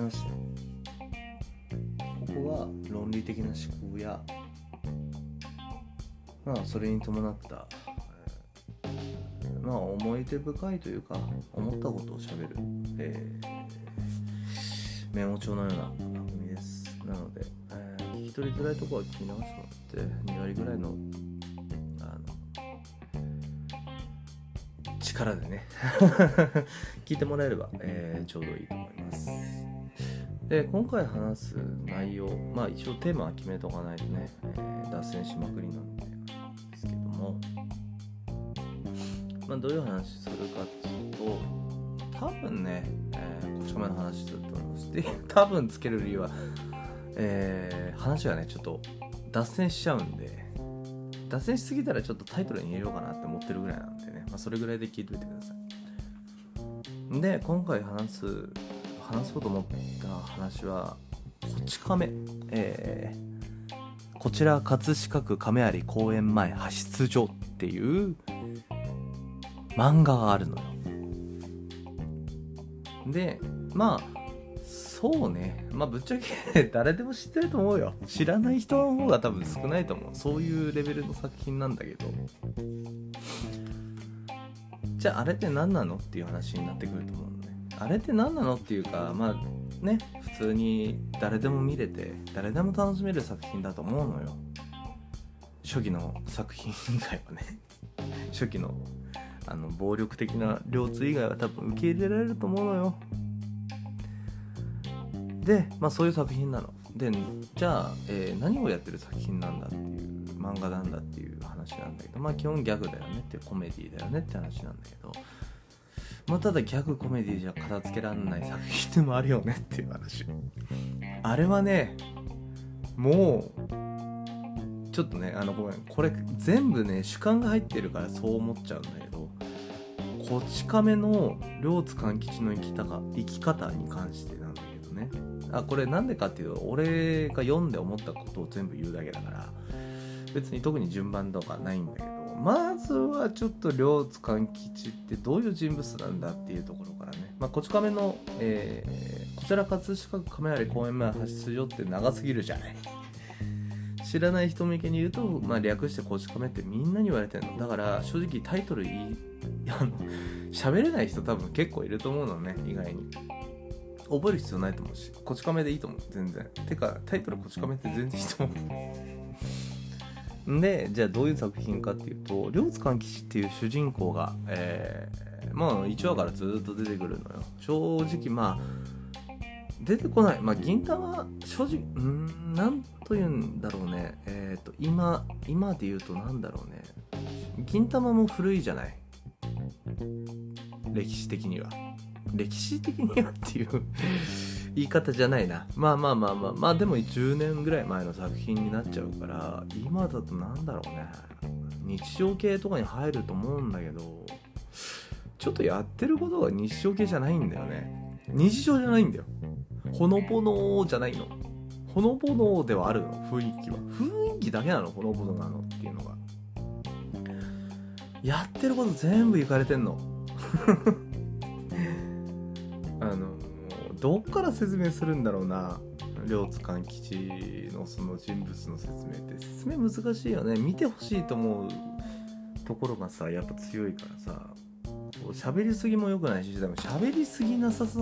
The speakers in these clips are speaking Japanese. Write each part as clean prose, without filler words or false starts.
まして、ここは論理的な思考や、それに伴った、思い出深いというか思ったことをしゃべる、メモ帳のような番組です。なので、聞き取りづらいところは聞き直してもらって2割ぐらいの力でね聞いてもらえれば、ちょうどいいと思います。で、今回話す内容、一応テーマは決めとかないとね、脱線しまくりなんですけども、どういう話するかっていうと、多分ね、こち亀の話すると思います。で、多分つける理由は、話がねちょっと脱線しちゃうんで、脱線しすぎたらちょっとタイトルに入れようかなって思ってるぐらいなんでね、それぐらいで聞いておいてください。で、今回話そうと思った話はこち亀、こちら葛飾区亀有公園前派出所っていう漫画があるのよ。で、そうね、ぶっちゃけ誰でも知ってると思うよ。知らない人の方が多分少ないと思う。そういうレベルの作品なんだけど、じゃああれって何なのっていう話になってくると思うのね。あれって何なのっていうか、普通に誰でも見れて誰でも楽しめる作品だと思うのよ。初期の作品以外はね初期の暴力的な両津以外は多分受け入れられると思うのよ。で、そういう作品なので、じゃあ、何をやってる作品なんだっていう漫画なんだっていう話なんだけど、基本ギャグだよねっていうコメディだよねって話なんだけど、ただギャグコメディじゃ片付けられない作品でもあるよねっていう話。あれはね、もうちょっとね、ごめん、これ全部ね主観が入ってるからそう思っちゃうんだけど、こち亀の両津勘吉の生き方に関してなんだけどね、これなんでかっていうと、俺が読んで思ったことを全部言うだけだから別に特に順番とかないんだけど、まずはちょっと両津勘吉ってどういう人物なんだっていうところからね、こち亀の、こちら葛飾区亀有公園前派出所って長すぎるじゃない。知らない人向けに言うと、略してこち亀ってみんなに言われてるのだから、正直タイトル喋れない人多分結構いると思うのね。意外に覚える必要ないと思うし、こち亀でいいと思う、全然。てかタイトルこち亀って全然いいと思うで、じゃあどういう作品かっていうと、両津勘吉っていう主人公が、1話からずっと出てくるのよ。正直出てこない。銀玉正直なんというんだろうね。今で言うとなんだろうね。銀玉も古いじゃない。歴史的にはっていう言い方じゃないな。でも10年ぐらい前の作品になっちゃうから、今だとなんだろうね、日常系とかに入ると思うんだけど、ちょっとやってることが日常系じゃないんだよね。日常じゃないんだよ。ほのぼのじゃないの。ほのぼのではあるの、雰囲気だけなの、ほのぼのなのっていうのが。やってること全部いかれてんのどっから説明するんだろうな。両津勘吉のその人物の説明って説明難しいよね。見てほしいと思うところがさ、やっぱ強いからさ、喋りすぎも良くないし、でも喋りすぎなさ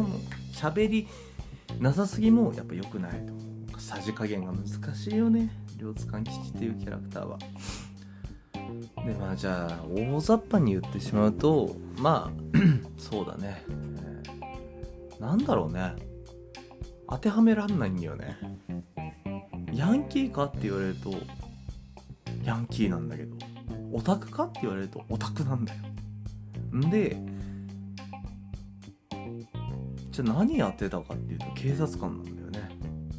すぎもやっぱ良くないと思う。さじ加減が難しいよね、両津勘吉っていうキャラクターは。で、じゃあ大雑把に言ってしまうと、そうだね、なんだろうね、当てはめらんないんだよね。ヤンキーかって言われるとヤンキーなんだけど、オタクかって言われるとオタクなんだよ。んで、じゃあ何やってたかっていうと警察官なんだよね。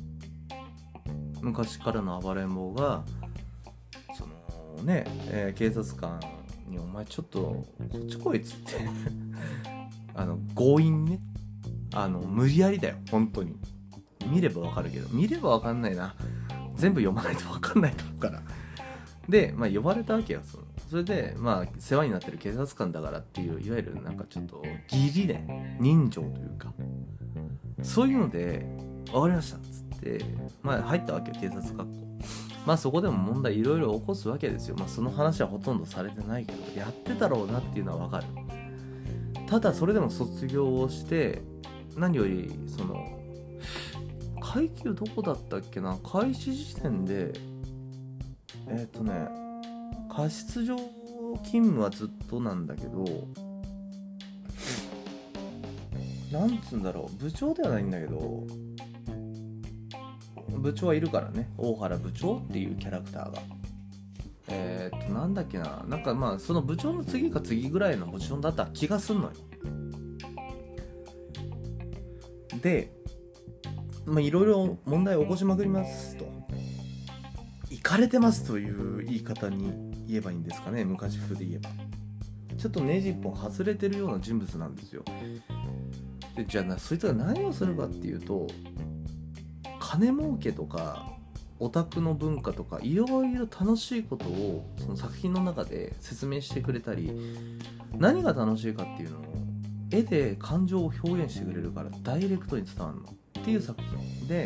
昔からの暴れん坊がそのね、警察官にお前ちょっとこっち来いっつって強引にね、無理やりだよ本当に。見ればわかるけど、見ればわかんないな、全部読まないとわかんないと思うから。で、呼ばれたわけよ。それで世話になってる警察官だからっていう、いわゆるなんかちょっと義理で人情というか、 そういうので分かりましたっつって、まあ入ったわけよ、警察学校。まあそこでも問題いろいろ起こすわけですよ。まあその話はほとんどされてないけど、やってたろうなっていうのは分かる。ただそれでも卒業をして、何よりその階級どこだったっけな、開始時点で過失上勤務はずっとなんだけど、なんつうんだろう、部長ではないんだけど、部長はいるからね、大原部長っていうキャラクターがなんだっけな、なんかまあその部長の次か次ぐらいのポジションだった気がすんのよ。でまあいろいろ問題を起こしまくりますと、イカれてますという言い方に言えばいいんですかね、昔風で言えば。ちょっとネジ一本外れてるような人物なんですよ。でじゃあそいつが何をするかっていうと、金儲けとかオタクの文化とかいろいろ楽しいことをその作品の中で説明してくれたり、何が楽しいかっていうのを絵で感情を表現してくれるからダイレクトに伝わるのっていう作品で、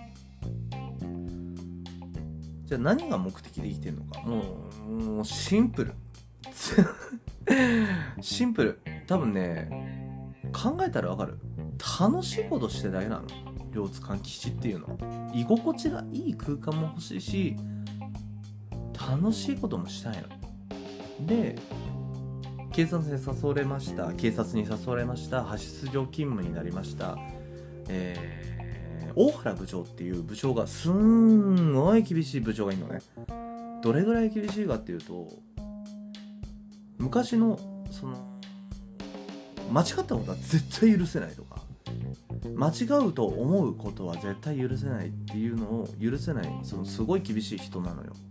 じゃあ何が目的で生きてるのか、もうシンプルシンプル。多分ね、考えたらわかる。楽しいことしてだけなの、両津勘吉っていうの。居心地がいい空間も欲しいし、楽しいこともしたいので、警察に誘われました。派出所勤務になりました。大原部長っていう部長がすんごい厳しい部長がいるのね。どれぐらい厳しいかっていうと、昔のその間違ったことは絶対許せないとか、間違うと思うことは絶対許せないっていうのを許せない、そのすごい厳しい人なのよ。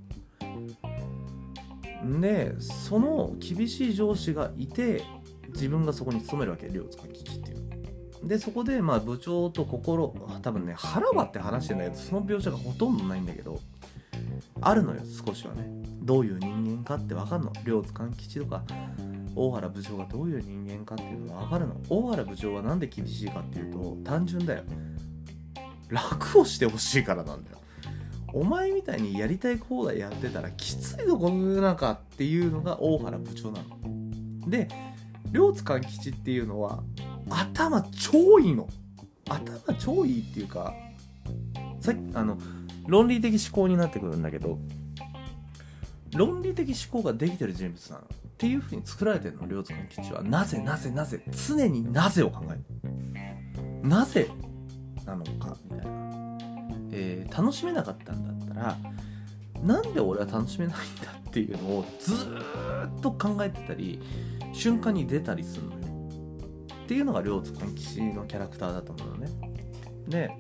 でその厳しい上司がいて、自分がそこに勤めるわけ、両津勘吉っていう。でそこでまあ部長と多分ね腹割って話してんだけど、その描写がほとんどないんだけど、あるのよ少しはね。どういう人間かって分かるの、両津勘吉とか大原部長がどういう人間かっていうのが分かるの。大原部長はなんで厳しいかっていうと、単純だよ、楽をしてほしいからなんだよ。お前みたいにやりたい放題やってたらきついぞこの世の中っていうのが大原部長なので、両津勘吉っていうのは頭超いいの。頭超いいっていうか、さっき論理的思考になってくるんだけど、論理的思考ができてる人物なのっていう風に作られてるの、両津勘吉は。なぜ常になぜを考える。なぜなのかみたいな。楽しめなかったんだったらなんで俺は楽しめないんだっていうのをずーっと考えてたり、瞬間に出たりするのよっていうのが両津勘吉のキャラクターだと思うのね。で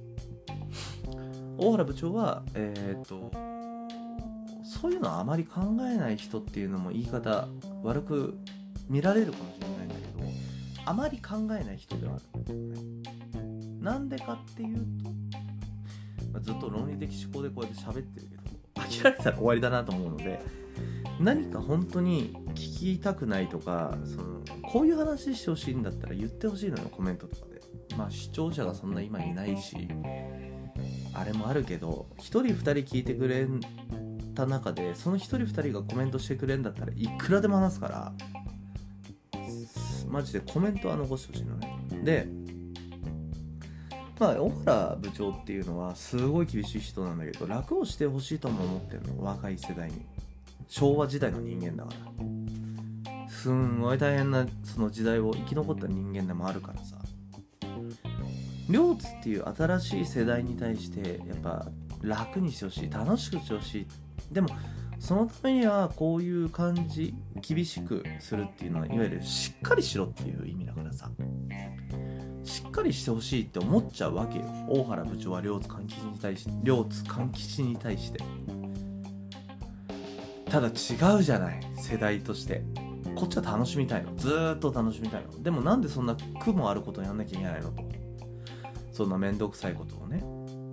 大原部長はそういうのはあまり考えない人っていうのも言い方悪く見られるかもしれないんだけど、あまり考えない人ではある、なんでかっていうと、ずっと論理的思考でこうやって喋ってるけど、飽きられたら終わりだなと思うので、何か本当に聞きたくないとか、こういう話してほしいんだったら言ってほしいのよ、コメントとかで。まあ視聴者がそんな今いないしあれもあるけど、1人2人聞いてくれた中でその1人2人がコメントしてくれるんだったらいくらでも話すから、マジでコメントは残してほしいのね。で大原部長っていうのはすごい厳しい人なんだけど、楽をしてほしいとも思ってるの、若い世代に。昭和時代の人間だから、すんごい大変なその時代を生き残った人間でもあるからさ、両津っていう新しい世代に対してやっぱ楽にしてほしい、楽しくしてほしい。でもそのためにはこういう感じ、厳しくするっていうのはいわゆるしっかりしろっていう意味だからさ、しっかりしてほしいって思っちゃうわけよ、大原部長は両津勘吉に対して。ただ違うじゃない、世代として。こっちは楽しみたいの、ずーっと楽しみたいの。でもなんでそんな苦もあることやんなきゃいけないのと、そんなめんどくさいことをね。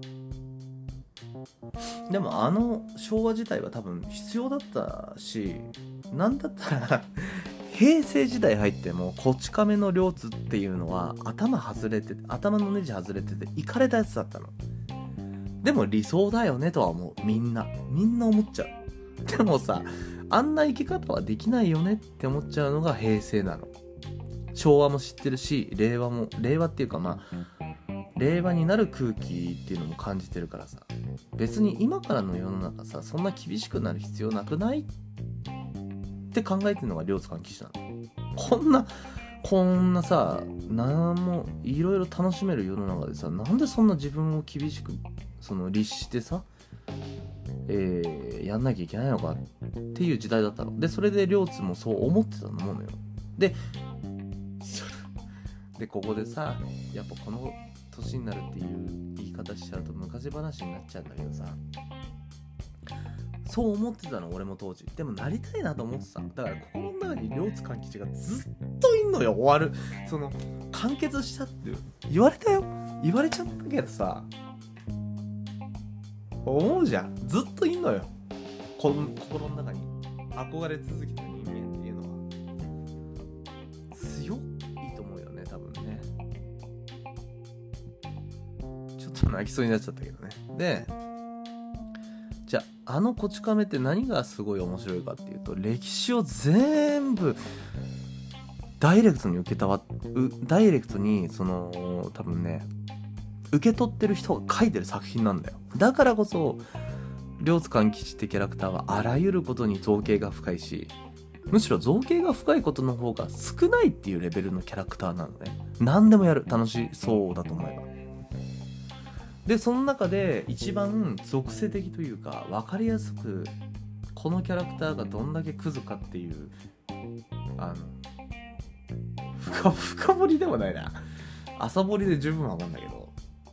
でも昭和自体は多分必要だったし、なんだったら平成時代入ってもこち亀の両津っていうのは頭のネジ外れててイカれたやつだったの。でも理想だよねとは思う。みんな思っちゃう。でもさ、あんな生き方はできないよねって思っちゃうのが平成なの。昭和も知ってるし、令和っていうか令和になる空気っていうのも感じてるからさ、別に今からの世の中さ、そんな厳しくなる必要なくないって考えてるのが両津勘吉なの。こんなさ、なんもいろいろ楽しめる世の中でさ、なんでそんな自分を厳しく律してさ、やんなきゃいけないのかっていう時代だったの。でそれで両津もそう思ってたと思うのよ。でここでさ、やっぱこの年になるっていう言い方しちゃうと昔話になっちゃうんだけどさ、そう思ってたの俺も当時。でもなりたいなと思ってた。だから心の中に両津勘吉がずっといんのよ。終わる完結したって言われたよ。言われちゃったけどさ、思うじゃん。ずっといんのよ、心の中に憧れ続けた人間っていうのは強いと思うよね、多分ね。ちょっと泣きそうになっちゃったけどね。でじゃあこち亀って何がすごい面白いかっていうと、歴史を全部ダイレクトに多分ね受け取ってる人が書いてる作品なんだよ。だからこそ両津勘吉ってキャラクターはあらゆることに造形が深いし、むしろ造形が深いことの方が少ないっていうレベルのキャラクターなのね。何でもやる、楽しそうだと思えば。でその中で一番属性的というか分かりやすくこのキャラクターがどんだけクズかっていう深掘りでもないな、浅掘りで十分わかんだけど、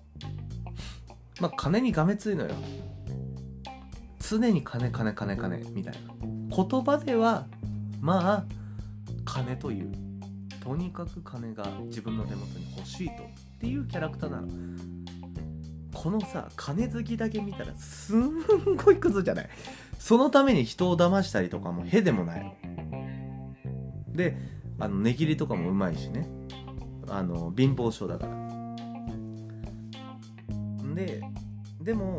金にがめついのよ。常に金みたいな。言葉では金という、とにかく金が自分の手元に欲しいとっていうキャラクターなの。このさ、金好きだけ見たらすんごいクズじゃない。そのために人を騙したりとかもへでもないので、値切りとかもうまいしね、貧乏症だから。でも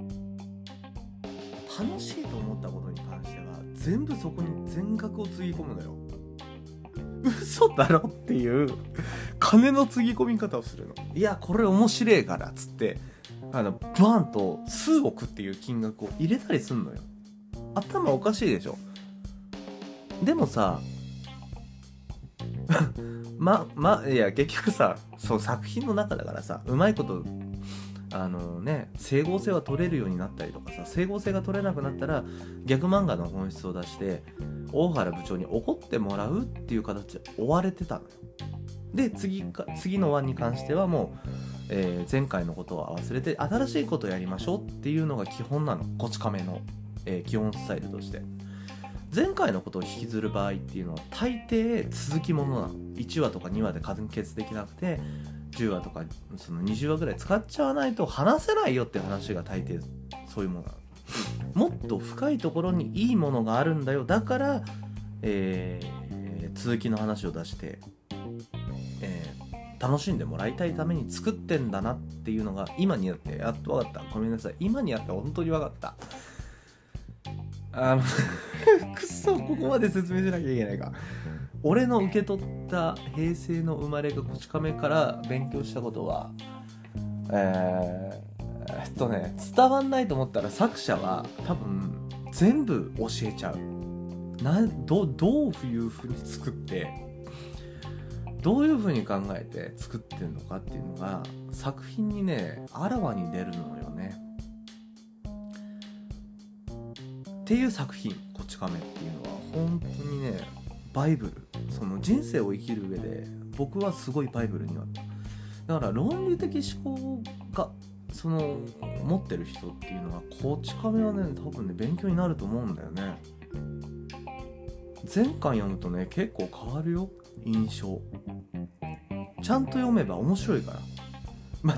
楽しいと思ったことに関しては全部そこに全額をつぎ込むのよ。嘘だろっていう金のつぎ込み方をするの。いやこれ面白いからっつってバーンと数億っていう金額を入れたりすんのよ。頭おかしいでしょ。でもさいや結局さ、そう作品の中だからさ、うまいこと整合性は取れるようになったりとかさ、整合性が取れなくなったら逆漫画の本質を出して大原部長に怒ってもらうっていう形で終われてたのよ。で次のワンに関してはもう、前回のことは忘れて新しいことをやりましょうっていうのが基本なの、こち亀の、基本スタイルとして。前回のことを引きずる場合っていうのは大抵続きものなの。1話とか2話で完結できなくて10話とか20話ぐらい使っちゃわないと話せないよって話が大抵そういうものなの。もっと深いところにいいものがあるんだよ。だから、続きの話を出して、楽しんでもらいたいために作ってんだなっていうのが今になってやっと分かった。ごめんなさい、今になって本当に分かった。くそ、ここまで説明しなきゃいけないか。俺の受け取った平成の生まれがこち亀から勉強したことは伝わんないと思ったら作者は多分全部教えちゃう。どういう風に作ってどういう風に考えて作ってるのかっていうのが作品にねあらわに出るのよね。っていう作品、こち亀っていうのは本当にねバイブル、人生を生きる上で僕はすごいバイブルになった。だから論理的思考が持ってる人っていうのはこち亀はね多分ね勉強になると思うんだよね。前回読むとね結構変わるよ、印象。ちゃんと読めば面白いから。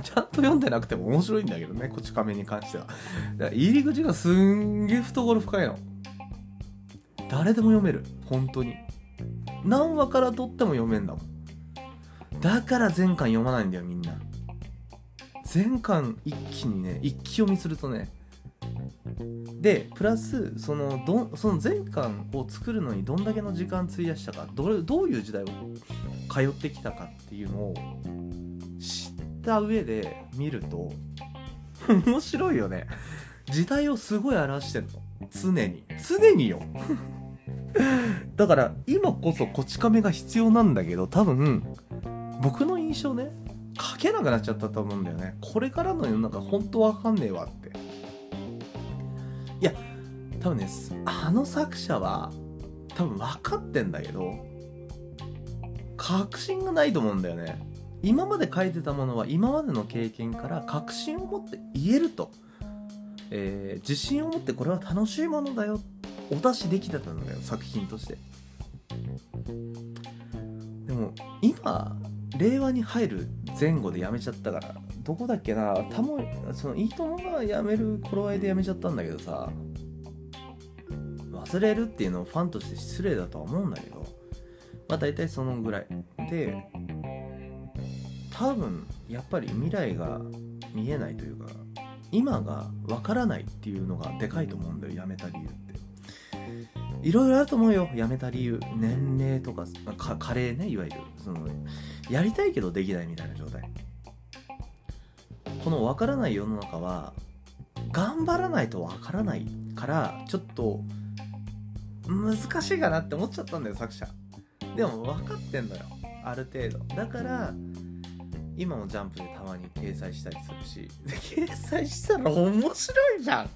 ちゃんと読んでなくても面白いんだけどね、こち亀に関しては。だから入り口がすんげえ懐深いの。誰でも読める、本当に。 何話から撮っても読めんだもん。だから全巻読まないんだよみんな。全巻一気にね、一気読みするとね、でプラスその全巻を作るのにどんだけの時間費やしたか、どういう時代を通ってきたかっていうのを知った上で見ると面白いよね。時代をすごい表してるの、常によだから今こそこち亀が必要なんだけど、多分僕の印象ね、書けなくなっちゃったと思うんだよね。これからの世の中本当わかんねえわって。いや多分ね、あの作者は多分分かってんだけど確信がないと思うんだよね。今まで書いてたものは今までの経験から確信を持って言えると、自信を持ってこれは楽しいものだよお出しできてたんだよ作品として。でも今令和に入る前後でやめちゃったから、どこだっけな、そのいいともがやめる頃合いでやめちゃったんだけどさ、忘れるっていうのをファンとして失礼だとは思うんだけど、まあ大体そのぐらいで、多分やっぱり未来が見えないというか今がわからないっていうのがでかいと思うんだよ、やめた理由って。いろいろあると思うよ、やめた理由。年齢とか加齢ね、いわゆるそのやりたいけどできないみたいな状態。このわからない世の中は頑張らないとわからないから、ちょっと難しいかなって思っちゃったんだよ作者。でも分かってんのよある程度。だから今もジャンプでたまに掲載したりするし、で掲載したら面白いじゃん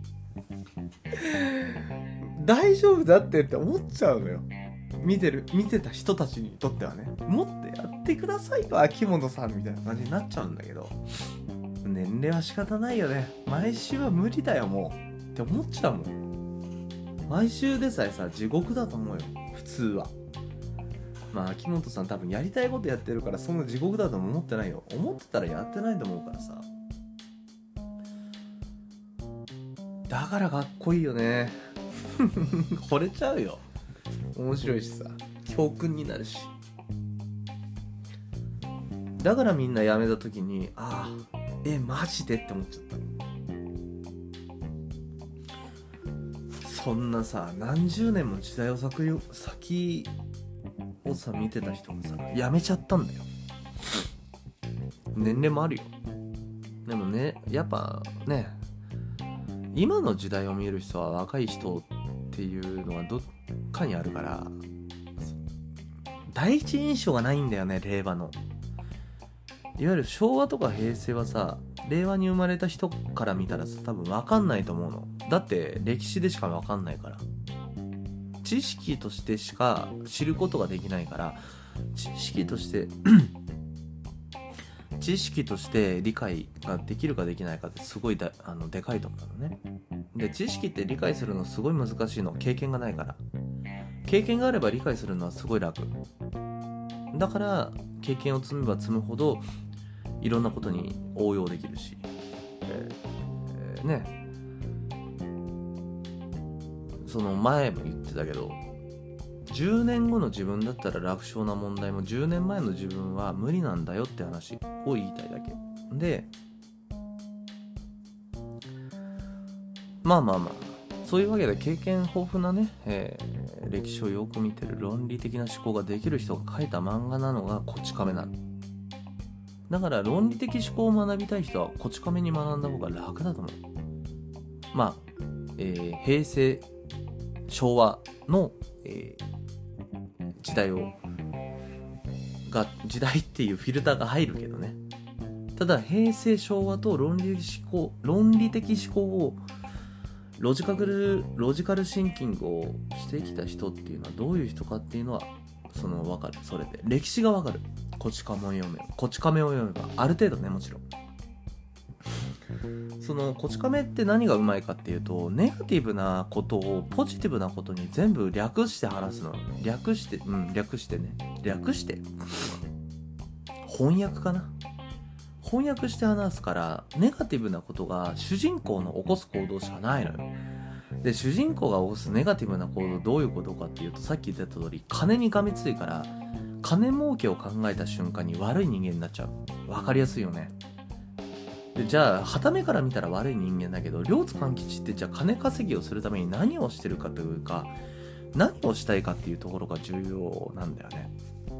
大丈夫だって思っちゃうのよ、見てた人たちにとってはね。もっとやってくださいよ秋元さんみたいな感じになっちゃうんだけど、年齢は仕方ないよね。毎週は無理だよもうって思っちゃうもん。毎週でさえさ地獄だと思うよ普通は。まあ秋元さん多分やりたいことやってるからその地獄だとも思ってないよ。思ってたらやってないと思うからさ。だからかっこいいよね惚れちゃうよ。面白いしさ、教訓になるし。だからみんな辞めた時にマジでって思っちゃった。そんなさ何十年も時代を先をさ見てた人がさ辞めちゃったんだよ。年齢もあるよ。でもね、やっぱね、今の時代を見る人は若い人っていうのはどっかにあるから、第一印象がないんだよね令和の。いわゆる昭和とか平成はさ、令和に生まれた人から見たらさ多分分かんないと思うの。だって歴史でしか分かんないから、知識としてしか知ることができないから、知識として理解ができるかできないかってすごいでかいと思うのね。で知識って理解するのすごい難しいの、経験がないから。経験があれば理解するのはすごい楽だから、経験を積めば積むほどいろんなことに応用できるし、その前も言ってたけど、10年後の自分だったら楽勝な問題も10年前の自分は無理なんだよって話を言いたいだけで、まあそういうわけで経験豊富なね、歴史をよく見てる論理的な思考ができる人が書いた漫画なのがこち亀なの。だから論理的思考を学びたい人はこち亀に学んだ方が楽だと思う。まあ、平成昭和の、時代っていうフィルターが入るけどね。ただ平成昭和と論理的思考をロジカルシンキングをしてきた人っていうのはどういう人かっていうのは分かる。それで歴史が分かる。こち亀を読めばある程度ね、もちろんそのこち亀って何がうまいかっていうと、ネガティブなことをポジティブなことに全部略して話すの。略して翻訳して話すから、ネガティブなことが主人公の起こす行動しかないのよ。 で主人公が起こすネガティブな行動どういうことかっていうと、さっき言った通り金にがみついから、金儲けを考えた瞬間に悪い人間になっちゃう。わかりやすいよね。でじゃあ傍目から見たら悪い人間だけど、両津勘吉ってじゃあ金稼ぎをするために何をしてるかというか、何をしたいかっていうところが重要なんだよね。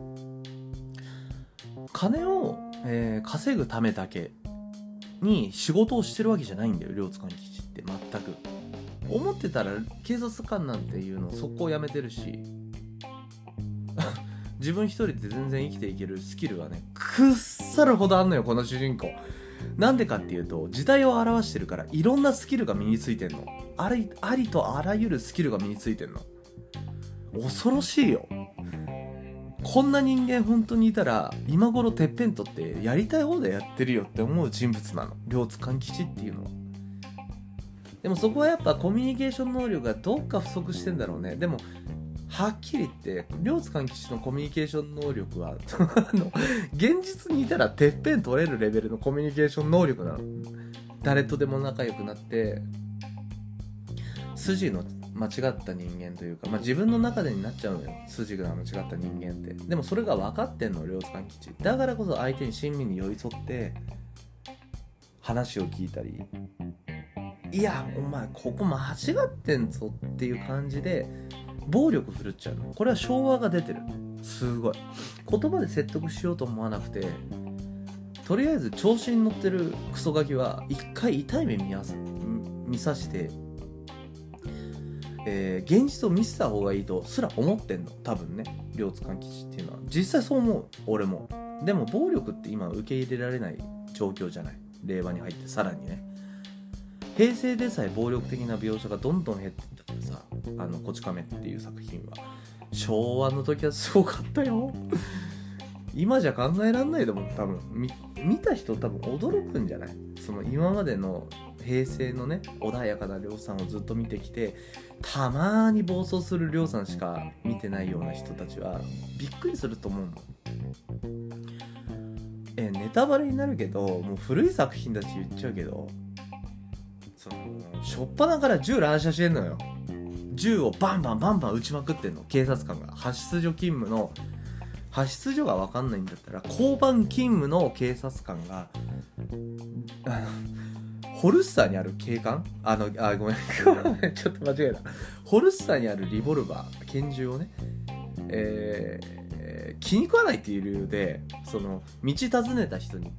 金を、稼ぐためだけに仕事をしてるわけじゃないんだよ、両津勘吉って全く。思ってたら警察官なんていうのを速攻やめてるし自分一人で全然生きていけるスキルはね、くっさるほどあんのよ、この主人公。なんでかっていうと、時代を表してるから、いろんなスキルが身についてんの。ありとあらゆるスキルが身についてんの。恐ろしいよ。こんな人間本当にいたら、今頃てっぺん取ってやりたい放題やってるよって思う人物なの、両津勘吉っていうのは。でもそこはやっぱコミュニケーション能力がどっか不足してんだろうね。でもはっきり言って両津勘吉のコミュニケーション能力は現実にいたらてっぺん取れるレベルのコミュニケーション能力なの。誰とでも仲良くなって筋の間違った人間というか、自分の中でになっちゃうのよ、筋が間違った人間って。でもそれが分かってんの、両津勘吉だからこそ相手に親身に寄り添って話を聞いたり、いやお前ここ間違ってんぞっていう感じで暴力振るっちゃうの。これは昭和が出てる。すごい言葉で説得しようと思わなくて、とりあえず調子に乗ってるクソガキは一回痛い目見さして、現実を見せた方がいいとすら思ってんの、多分ね、両津勘吉っていうのは。実際そう思う、俺も。でも暴力って今受け入れられない状況じゃない、令和に入ってさらにね。平成でさえ暴力的な描写がどんどん減ってったってさ、こち亀っていう作品は昭和の時はすごかったよ。今じゃ考えらんないと思う。多分見た人多分驚くんじゃない。その今までの平成のね穏やかな亮さんをずっと見てきて、たまーに暴走する亮さんしか見てないような人たちはびっくりすると思うの。ネタバレになるけど、もう古い作品だし言っちゃうけど、しょっぱなから銃乱射してんのよ。銃をバンバン撃ちまくってんの、警察官が。派出所勤務の、派出所が分かんないんだったら交番勤務の警察官がホルスターにある警官、ごめんちょっと間違えた。ホルスターにあるリボルバー、拳銃をね、気に食わないっていう理由で、その道尋ねた人に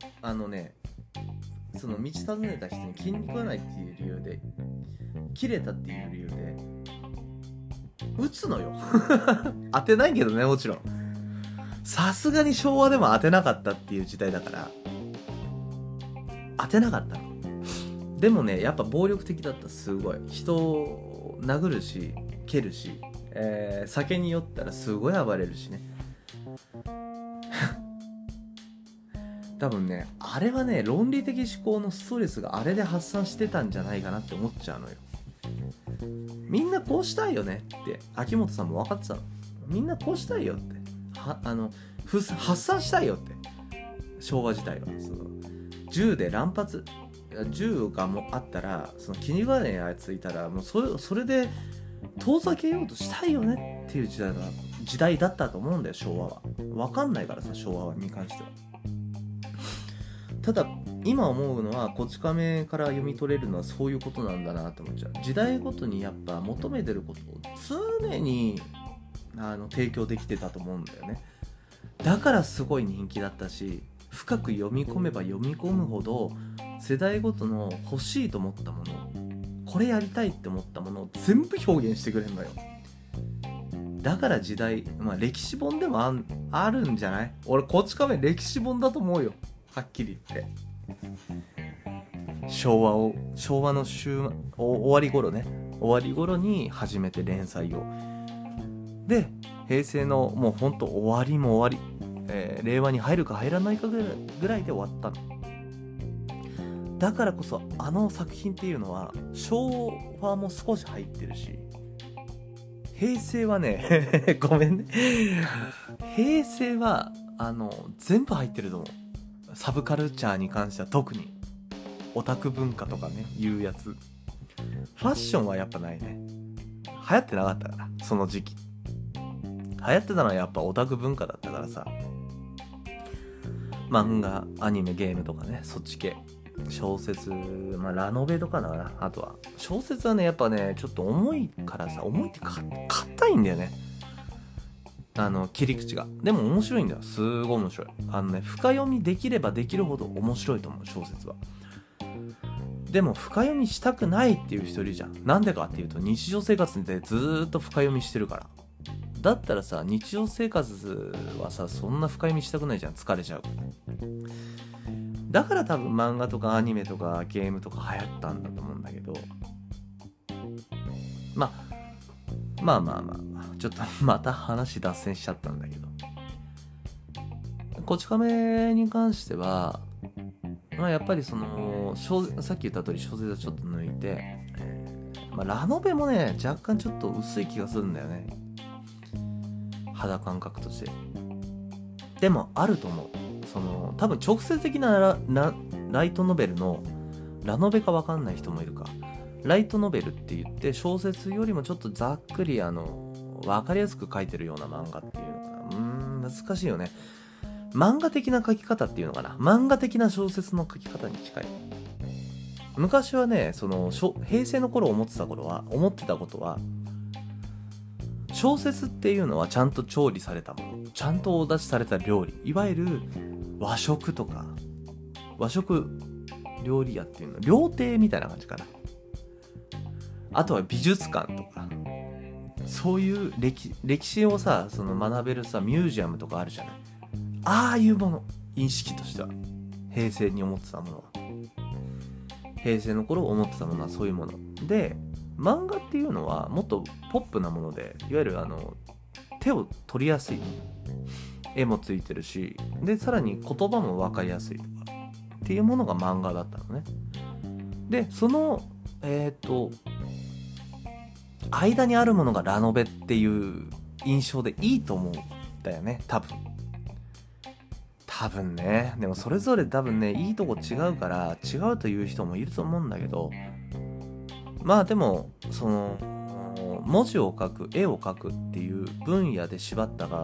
その道尋ねた人に気に食わないっていう理由で、切れたっていう理由で撃つのよ当てないけどね、もちろん。さすがに昭和でも当てなかったっていう時代だから当てなかったの。でもね、やっぱ暴力的だった。すごい人を殴るし蹴るし、酒に酔ったらすごい暴れるしね多分ね、あれはね、論理的思考のストレスがあれで発散してたんじゃないかなって思っちゃうのよ。みんなこうしたいよねって秋元さんも分かってたの。みんなこうしたいよって発散したいよって。昭和時代はその銃で乱発、銃がもあったら、その気に食わねえやついたらもうそれで遠ざけようとしたいよねっていう時代だったと思うんだよ、昭和は。分かんないからさ、昭和に関しては。ただ今思うのは、こち亀から読み取れるのはそういうことなんだなって思っちゃう。時代ごとにやっぱ求めてることを常に提供できてたと思うんだよね。だからすごい人気だったし、深く読み込めば読み込むほど世代ごとの欲しいと思ったもの、これやりたいって思ったものを全部表現してくれるのよ。だから時代、歴史本でもあるんじゃない？俺こち亀歴史本だと思うよ、はっきり言って。昭和の終わり頃に始めて連載を、で平成のもうほんと終わりも終わり、令和に入るか入らないかぐらいで終わったの。だからこそあの作品っていうのは昭和も少し入ってるし、平成はねごめんね、平成は全部入ってると思う。サブカルチャーに関しては特にオタク文化とかねいうやつ、 ファッションはやっぱないね。流行ってなかったから、その時期。流行ってたのはやっぱオタク文化だったからさ、漫画、アニメ、ゲームとかね、そっち系。小説、ラノベとかだな。あとは小説はね、やっぱね、ちょっと重いからさ、重いって硬いんだよね、切り口が。でも面白いんだよ、すごい面白い。深読みできればできるほど面白いと思う、小説は。でも深読みしたくないっていう人いるじゃん。なんでかっていうと、日常生活でずーっと深読みしてるから。だったらさ、日常生活はさ、そんな深読みしたくないじゃん、疲れちゃうから。だから多分漫画とかアニメとかゲームとか流行ったんだと思うんだけど、まあちょっとまた話脱線しちゃったんだけど、こち亀に関しては、やっぱりそのさっき言った通り小説はちょっと抜いて、ラノベもね若干ちょっと薄い気がするんだよね、肌感覚として。でもあると思う。多分直接的なライトノベルのラノベか分かんない人もいるか。ライトノベルって言って小説よりもちょっとざっくり分かりやすく書いてるような漫画っていうのかな。難しいよね。漫画的な書き方っていうのかな。漫画的な小説の書き方に近い。昔はね、平成の頃思ってたことは、小説っていうのはちゃんと調理されたもの、ちゃんとお出しされた料理、いわゆる和食とか和食料理屋っていうの、料亭みたいな感じかな。あとは美術館とか、そういう歴史をさ、学べるさミュージアムとかあるじゃない。ああいうもの、意識としては平成に思ってたものは、平成の頃思ってたものはそういうもので、漫画っていうのはもっとポップなもので、いわゆる手を取りやすい、絵もついてるし、でさらに言葉も分かりやすいとかっていうものが漫画だったのね。で間にあるものがラノベっていう印象でいいと思うんだよね、多分ね。でもそれぞれ多分ね、いいとこ違うから違うという人もいると思うんだけど、でも文字を書く、絵を描くっていう分野で縛った場合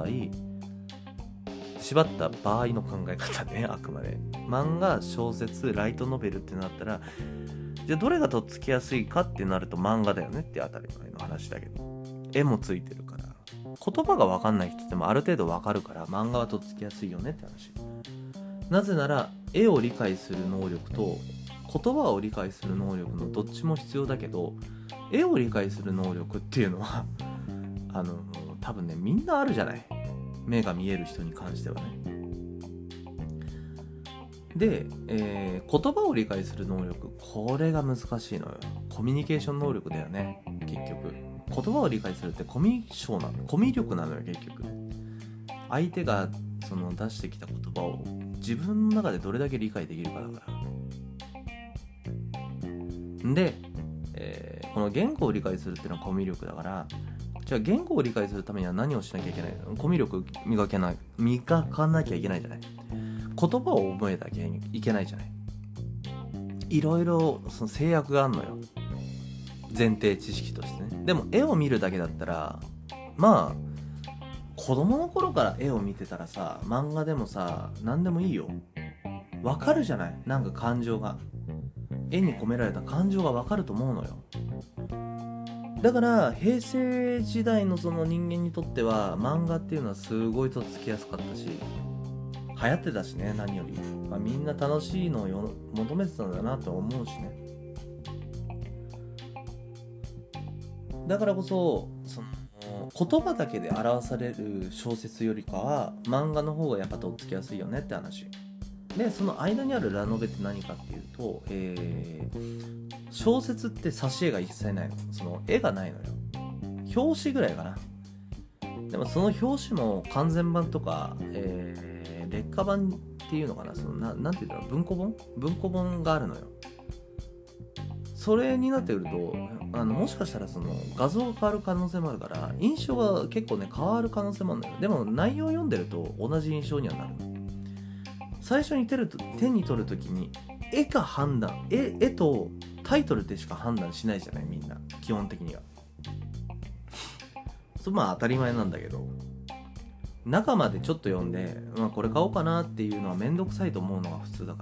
の考え方ね、あくまで漫画、小説、ライトノベルってなったら、じゃあどれがとっつきやすいかってなると漫画だよねって当たり前の話だけど、絵もついてるから言葉が分かんない人でもある程度分かるから漫画はとっつきやすいよねって話。なぜなら絵を理解する能力と言葉を理解する能力のどっちも必要だけど、絵を理解する能力っていうのは多分ね、みんなあるじゃない、目が見える人に関してはね。で、言葉を理解する能力、これが難しいのよ。コミュニケーション能力だよね。結局言葉を理解するってコミュ力なのよ。結局相手が出してきた言葉を自分の中でどれだけ理解できるかだから。で、この言語を理解するっていうのはコミュ力だから、じゃあ言語を理解するためには何をしなきゃいけないの？コミュ力磨かなきゃいけないじゃない。言葉を覚えなきゃいけないじゃない。いろいろ制約があるのよ、前提知識としてね。でも絵を見るだけだったら、子供の頃から絵を見てたらさ、漫画でもさ何でもいいよ、わかるじゃない。なんか感情が、絵に込められた感情がわかると思うのよ。だから平成時代のその人間にとっては漫画っていうのはすごいとっつきやすかったし、流行ってたしね、何より。みんな楽しいのを求めてたんだなと思うしね。だからこそ言葉だけで表される小説よりかは漫画の方がやっぱとっつきやすいよねって話で、その間にあるラノベって何かっていうと、小説って挿絵が一切ないの。絵がないのよ。表紙ぐらいかな。でもその表紙も完全版とか、劣化版っていうのかな、なんていうんだろう、文庫本があるのよ。それになってくるともしかしたら画像が変わる可能性もあるから、印象が結構ね変わる可能性もあるのよ。でも内容を読んでると同じ印象にはなるの。最初に手に取るときに絵か判断、絵とタイトルでしか判断しないじゃない、みんな基本的には。まあ当たり前なんだけど、中までちょっと読んで、まあ、これ買おうかなっていうのはめんどくさいと思うのが普通だから。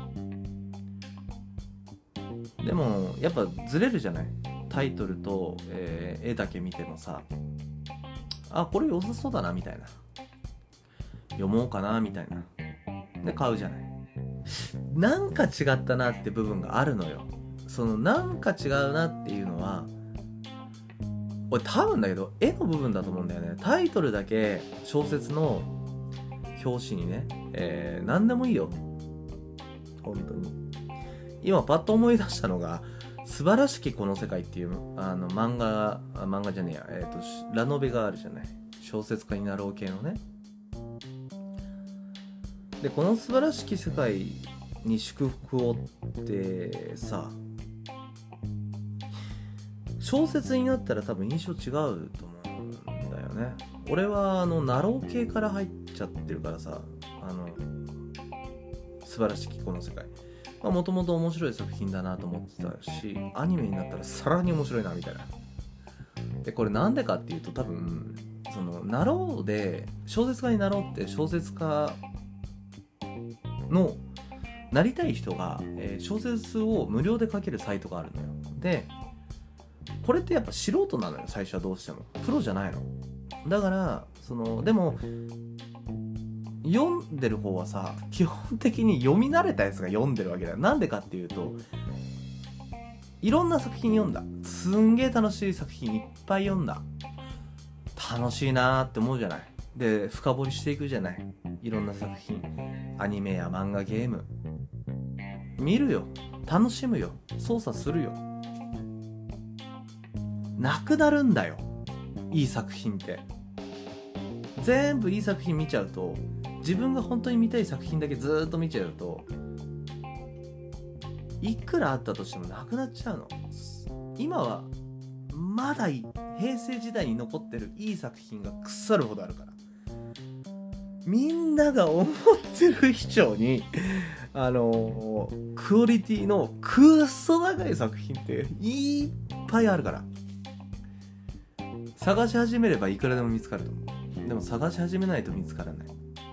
でもやっぱずれるじゃない、タイトルと、絵だけ見てもさ、あ、これ良さそうだなみたいな、読もうかなみたいなで買うじゃない。なんか違ったなって部分があるのよ。そのなんか違うなっていうのは、俺多分だけど絵の部分だと思うんだよね。タイトルだけ小説の表紙にね、何でもいいよ本当に。今パッと思い出したのが素晴らしきこの世界っていう漫画じゃねえや、ラノベがあるじゃない、小説家になろう系のね。でこの素晴らしき世界に祝福をってさ、小説になったら多分印象違うと思うんだよね。俺はナロー系から入っちゃってるからさ、素晴らしきこの世界、もともと面白い作品だなと思ってたし、アニメになったらさらに面白いなみたいな。でこれなんでかっていうと、多分そのナローで小説家になろうって小説家のなりたい人が、小説を無料で書けるサイトがあるのよ。でこれってやっぱ素人なのよ、最初は。どうしてもプロじゃないのだから、でも読んでる方はさ、基本的に読み慣れたやつが読んでるわけだよ。なんでかっていうと、いろんな作品読んだ、すんげえ楽しい作品いっぱい読んだ、楽しいなーって思うじゃない。で深掘りしていくじゃない、いろんな作品、アニメや漫画、ゲーム見るよ、楽しむよ、操作するよ。なくなるんだよ、いい作品って。全部いい作品見ちゃうと、自分が本当に見たい作品だけずーっと見ちゃうと、いくらあったとしてもなくなっちゃうの。今はまだ平成時代に残ってるいい作品が腐るほどあるから、みんなが思ってる以上にクオリティのくっそ高い作品っていっぱいあるから、探し始めればいくらでも見つかると思う。でも探し始めないと見つからない。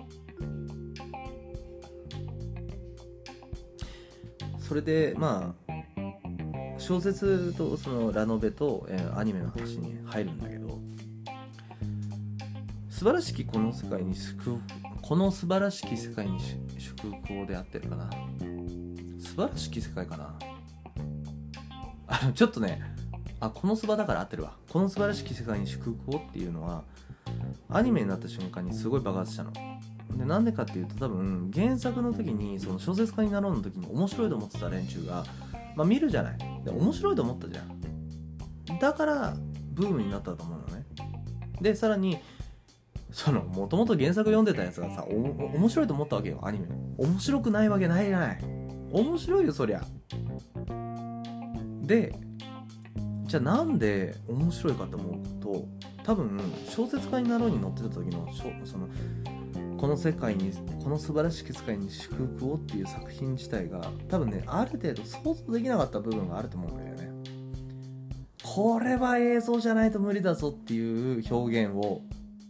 それでまあ小説とそのラノベと、アニメの話に入るんだけど、素晴らしきこの世界にこの素晴らしき世界に祝福をで合ってるかな、素晴らしき世界かな、ちょっとね、この素場だから合ってるわ。この素晴らしき世界に祝福をっていうのはアニメになった瞬間にすごい爆発したので、なんでかっていうと、多分原作の時にその小説家になろうの時に面白いと思ってた連中が、見るじゃない。で面白いと思ったじゃん。だからブームになったと思うのね。でさらにもともと原作読んでたやつがさ、面白いと思ったわけよ、アニメ。面白くないわけないじゃない。面白いよそりゃ。でじゃあなんで面白いかと思うと、多分小説家になろうに載ってた時のこの世界に、この素晴らしき世界に祝福をっていう作品自体が多分ね、ある程度想像できなかった部分があると思うんだよね。これは映像じゃないと無理だぞっていう表現を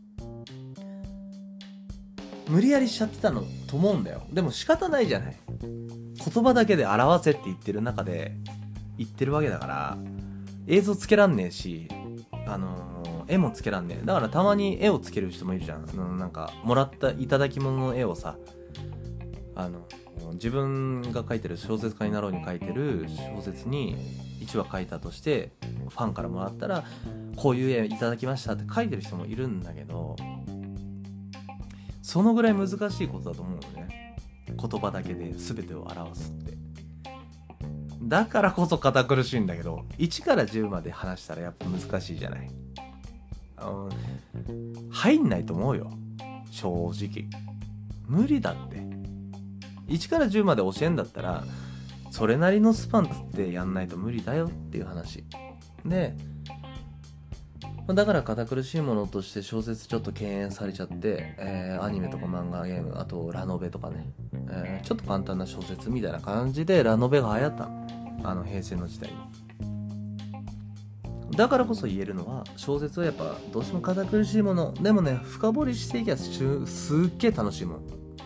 無理やりしちゃってたのと思うんだよ。でも仕方ないじゃない。言葉だけで表せって言ってる中で言ってるわけだから、映像つけらんねえし、絵もつけらんねえ。だからたまに絵をつける人もいるじゃん。なんかもらったいただき物の絵をさ、自分が書いてる小説家になろうに書いてる小説に1話書いたとしてファンからもらったら、こういう絵いただきましたって書いてる人もいるんだけど、そのぐらい難しいことだと思うのね、言葉だけで全てを表すって。だからこそ堅苦しいんだけど、1から10まで話したらやっぱ難しいじゃない。入んないと思うよ、正直。無理だって。1から10まで教えんだったらそれなりのスパンつってやんないと無理だよっていう話で、だから堅苦しいものとして小説ちょっと敬遠されちゃって、アニメとか漫画、ゲーム、あとラノベとかね、 ちょっと簡単な小説みたいな感じでラノベが流行ったの。平成の時代に。だからこそ言えるのは、小説はやっぱどうしても堅苦しいものでもね、深掘りしていきゃすっげえ楽しいもの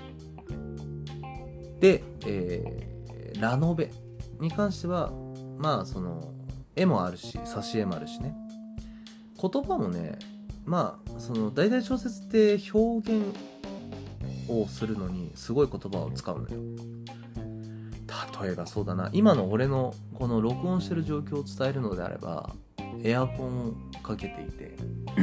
で、ラノベに関してはまあその絵もあるし挿絵もあるしね、言葉もね、まあその大体小説って表現をするのにすごい言葉を使うのよ。例えばそうだな、今の俺のこの録音してる状況を伝えるのであれば、エアコンをかけていて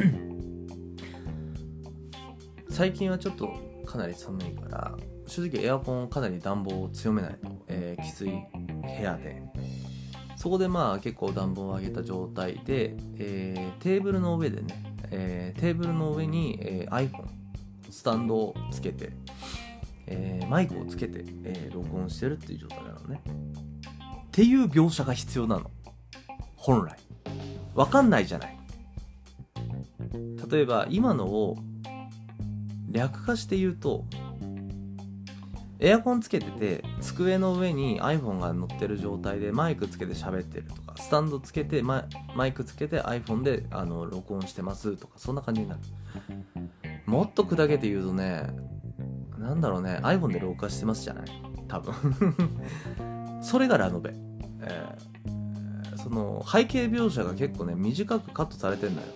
最近はちょっとかなり寒いから、正直エアコンかなり暖房を強めないと、きつい部屋で、そこでまあ結構暖房を上げた状態で、テーブルの上でね、テーブルの上に、iPhone スタンドをつけて、マイクをつけて、録音してるっていう状態なのね。っていう描写が必要なの、本来。わかんないじゃない。例えば今のを略化して言うと、エアコンつけてて机の上に iPhone が乗ってる状態でマイクつけて喋ってるとか、スタンドつけてマイクつけて iPhone で録音してますとか、そんな感じになる。もっと砕けて言うとね、なんだろうね、 iPhone で録画してますじゃない、多分それがラノベ。その背景描写が結構ね短くカットされてんのよ。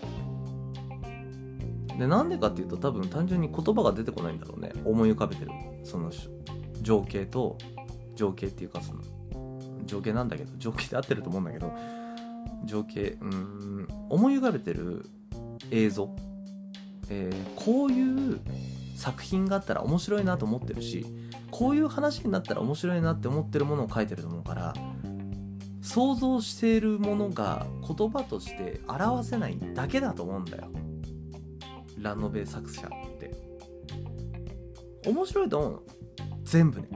でなんでかっていうと、多分単純に言葉が出てこないんだろうね。思い浮かべてるその情景っていうか、その情景なんだけど、情景で合ってると思うんだけど、情景思い浮かべてる映像、こういう作品があったら面白いなと思ってるし、こういう話になったら面白いなって思ってるものを書いてると思うから、想像しているものが言葉として表せないだけだと思うんだよ、ラノベ作者って。面白いと思うの全部ね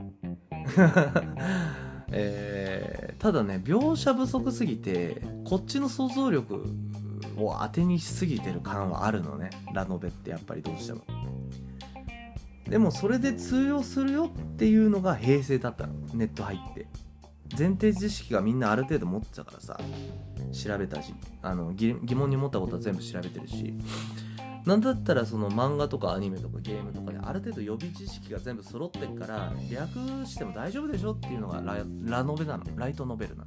ただね、描写不足すぎてこっちの想像力を当てにしすぎてる感はあるのね、ラノベってやっぱりどうしても。でもそれで通用するよっていうのが平成だったの。ネット入って前提知識がみんなある程度持ってたからさ、調べたし、疑問に思ったことは全部調べてるし、なんだったらその漫画とかアニメとかゲームとかである程度予備知識が全部揃ってるから、略しても大丈夫でしょっていうのがラノベなの、ライトノベルな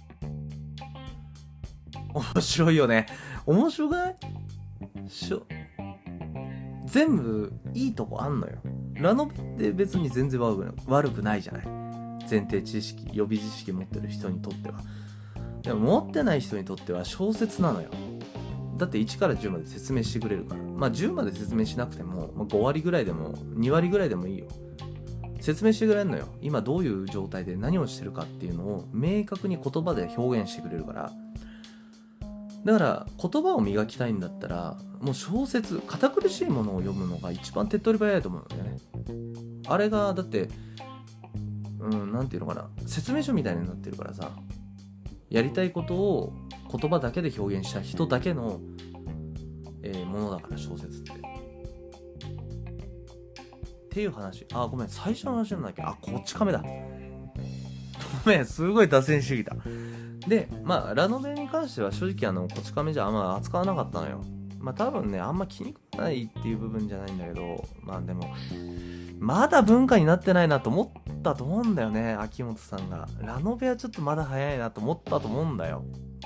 の。面白いよね。面白くない？全部いいとこあんのよ。ラノベって別に全然悪くないじゃない。前提知識、予備知識持ってる人にとっては。でも持ってない人にとっては小説なのよ。だって1から10まで説明してくれるから。まあ10まで説明しなくても、5割ぐらいでも2割ぐらいでもいいよ。説明してくれるのよ。今どういう状態で何をしてるかっていうのを明確に言葉で表現してくれるから。だから言葉を磨きたいんだったら、もう小説、堅苦しいものを読むのが一番手っ取り早いと思うんだよね。あれがだってなんていうのかな、説明書みたいになってるからさ、やりたいことを言葉だけで表現した人だけの、ものだから小説っていう話。ごめん、最初の話なんだっけ。こっち亀だ。ごめん、すごい脱線してきた。で、まあラノベに関しては正直こち亀じゃあんま扱わなかったのよ。まあ多分ね、あんま気に食わないっていう部分じゃないんだけど、まあでもまだ文化になってないなと思ったと思うんだよね、秋元さんが。ラノベはちょっとまだ早いなと思ったと思うんだよ。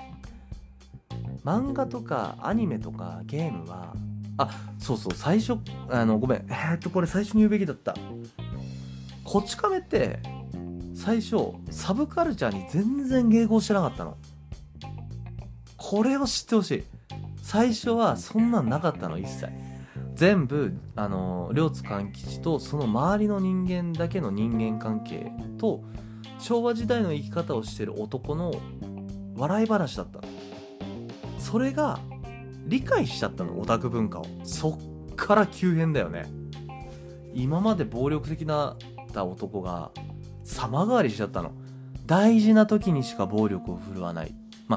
漫画とかアニメとかゲームは、そうそう、最初ごめん、これ最初に言うべきだった。こち亀って最初サブカルチャーに全然迎合してなかったの。これを知ってほしい。最初はそんなんなかったの、一切。全部両津勘吉とその周りの人間だけの人間関係と昭和時代の生き方をしてる男の笑い話だったの。それが理解しちゃったの、オタク文化を。そっから急変だよね。今まで暴力的な男が様変わりしちゃったの。大事な時にしか暴力を振るわない。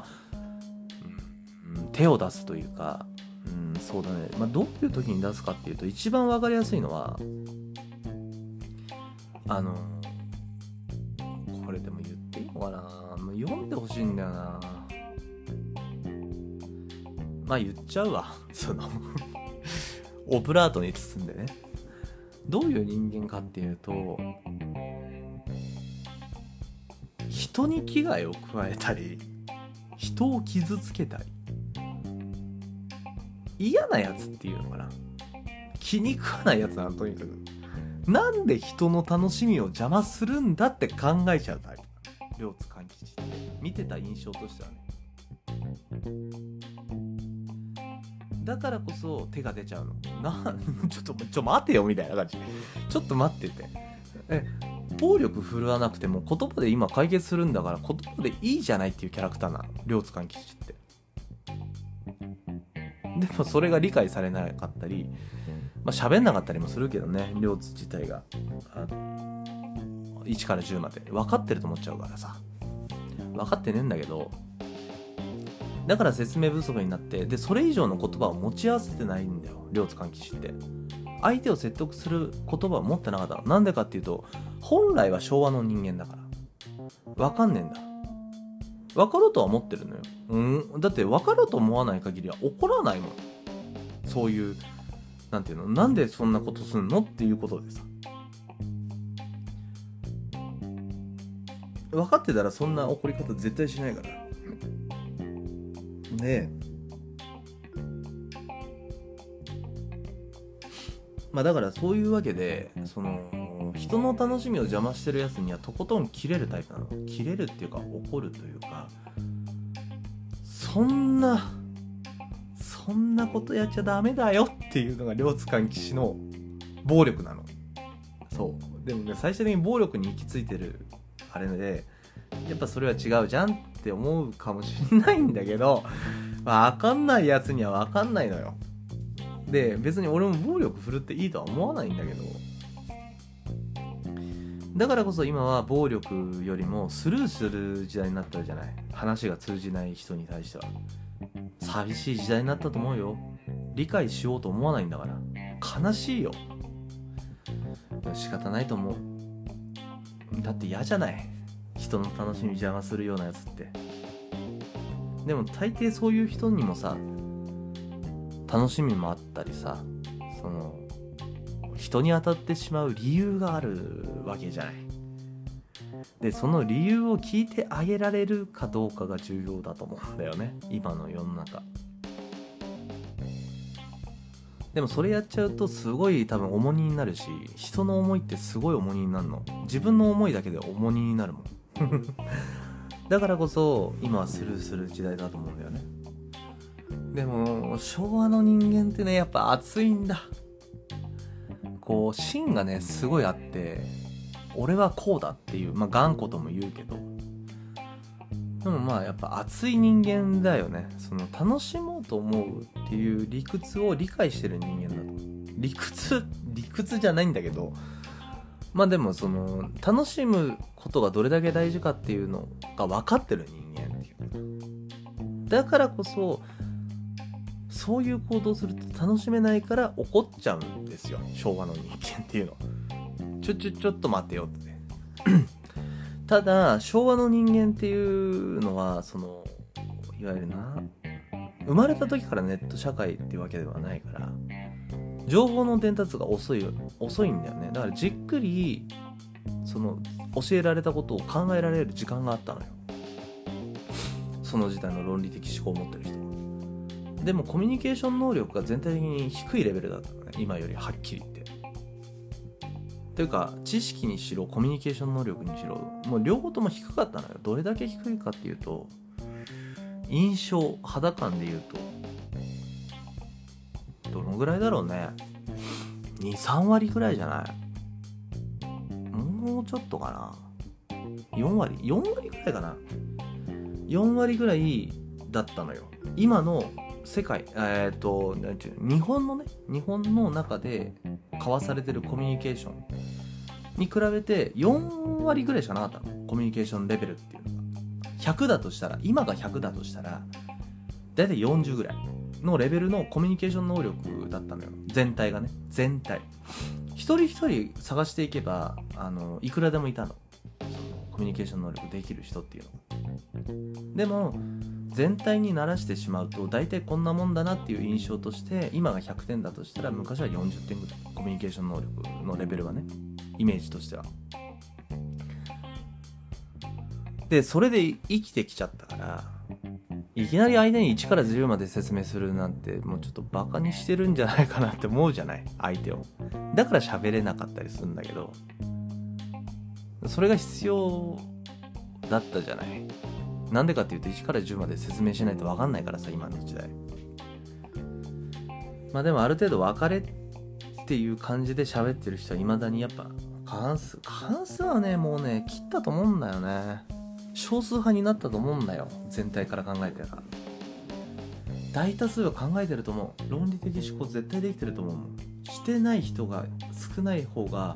手を出すというか、そうだね。どういう時に出すかっていうと、一番わかりやすいのは、 これでも言っていいのかな、もう読んでほしいんだよな。まあ言っちゃうわ。オブラートに包んでね。どういう人間かっていうと、人に危害を加えたり、人を傷つけたり、嫌なやつっていうのかな、気に食わないやつなの。とにかくなんで人の楽しみを邪魔するんだって考えちゃうタイプ。両津勘吉って見てた印象としてはね。だからこそ手が出ちゃうの。ちょっと待てよみたいな感じ。ちょっと待ってて。暴力振るわなくても言葉で今解決するんだから言葉でいいじゃないっていうキャラクターなの、両津勘吉って。でもそれが理解されなかったり、喋んなかったりもするけどね、両津自体が1から10まで分かってると思っちゃうからさ。分かってねえんだけど、だから説明不足になって、でそれ以上の言葉を持ち合わせてないんだよ、両津勘吉って。相手を説得する言葉を持ってなかったの。なんでかっていうと、本来は昭和の人間だから分かんねえんだ。分かろうとは思ってるのよ。だって分かろうと思わない限りは怒らないもん。そういうなんていうの、なんでそんなことすんのっていうことでさ、分かってたらそんな怒り方絶対しないからね。だからそういうわけで、人の楽しみを邪魔してるやつにはとことん切れるタイプなの。切れるっていうか怒るというか、そんなことやっちゃダメだよっていうのが両津勘吉の暴力なの。そうでもね、最終的に暴力に行き着いてるあれで、やっぱそれは違うじゃんって思うかもしれないんだけど、分かんないやつには分かんないのよ。で別に俺も暴力振るっていいとは思わないんだけど、だからこそ今は暴力よりもスルーする時代になったじゃない。話が通じない人に対しては寂しい時代になったと思うよ。理解しようと思わないんだから悲しいよ。仕方ないと思う。だって嫌じゃない、人の楽しみ邪魔するようなやつって。でも大抵そういう人にもさ、楽しみもあったりさ、人に当たってしまう理由があるわけじゃない。でその理由を聞いてあげられるかどうかが重要だと思うんだよね、今の世の中。でもそれやっちゃうとすごい多分重荷になるし、人の思いってすごい重荷になるの。自分の思いだけで重荷になるもんだからこそ今はスルーする時代だと思うんだよね。でも昭和の人間ってね、やっぱ熱いんだ。芯がねすごいあって、俺はこうだっていう、頑固とも言うけど、でもやっぱ熱い人間だよね。楽しもうと思うっていう理屈を理解してる人間だと。理屈じゃないんだけど、でも楽しむことがどれだけ大事かっていうのが分かってる人間っていう。だからこそそういう行動すると楽しめないから怒っちゃうんですよ、昭和の人間っていうの。ちょっと待てよってただ昭和の人間っていうのはいわゆる生まれた時からネット社会っていうわけではないから、情報の伝達が遅いんだよね。だからじっくり教えられたことを考えられる時間があったのよ、その時代の論理的思考を持ってる人。でもコミュニケーション能力が全体的に低いレベルだったのね、今よりはっきり言って。というか知識にしろコミュニケーション能力にしろ、もう両方とも低かったのよ。どれだけ低いかっていうと、肌感で言うとどのぐらいだろうね、 2,3 割ぐらいじゃない？もうちょっとかな、4割ぐらいかな。4割ぐらいだったのよ、今の世界。なんていうの、日本の中で交わされてるコミュニケーションに比べて4割ぐらいしかなかったの、コミュニケーションレベルっていうのが。100だとしたら、今が100だとしたらだいたい40ぐらいのレベルのコミュニケーション能力だったのよ、全体がね。 一人一人探していけばいくらでもいたの、そのコミュニケーション能力できる人っていうのが。でも全体に慣らしてしまうと大体こんなもんだなっていう印象として、今が100点だとしたら昔は40点ぐらい、コミュニケーション能力のレベルはね、イメージとしては。でそれで生きてきちゃったから、いきなり相手に1から10まで説明するなんてもうちょっとバカにしてるんじゃないかなって思うじゃない、相手を。だから喋れなかったりするんだけど、それが必要だったじゃない。なんでかっていうと1から10まで説明しないと分かんないからさ、今の時代。まあでもある程度別れっていう感じで喋ってる人はいまだにやっぱ過半数はね、もうね切ったと思うんだよね。少数派になったと思うんだよ、全体から考えたら。大多数は考えてると思う。論理的思考絶対できてると思うもん。してない人が少ない方が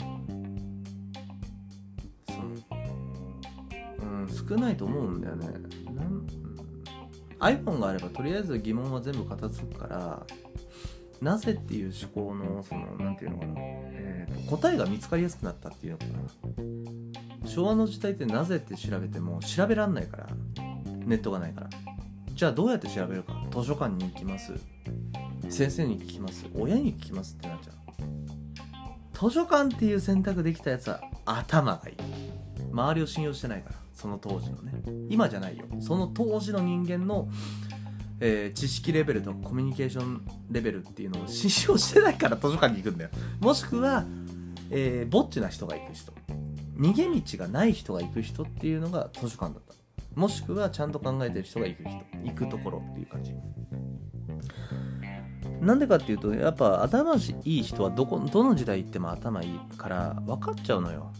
少ないと思うんだよね。iPhone があればとりあえず疑問は全部片付くから、なぜっていう思考のなんていうのかな、答えが見つかりやすくなったっていうのかな。昭和の時代ってなぜって調べても調べらんないから、ネットがないから。じゃあどうやって調べるか。図書館に行きます、先生に聞きます、親に聞きますってなっちゃう。図書館っていう選択できたやつは頭がいい。周りを信用してないから、その当時のね。今じゃないよ、その当時の人間の、知識レベルとコミュニケーションレベルっていうのを信用してないから図書館に行くんだよ。もしくは、ぼっちな人が行く人、逃げ道がない人が行く人っていうのが図書館だった。もしくはちゃんと考えてる人が行くところっていう感じ。なんでかっていうと、やっぱ頭いい人はどの時代行っても頭いいから分かっちゃうのよ。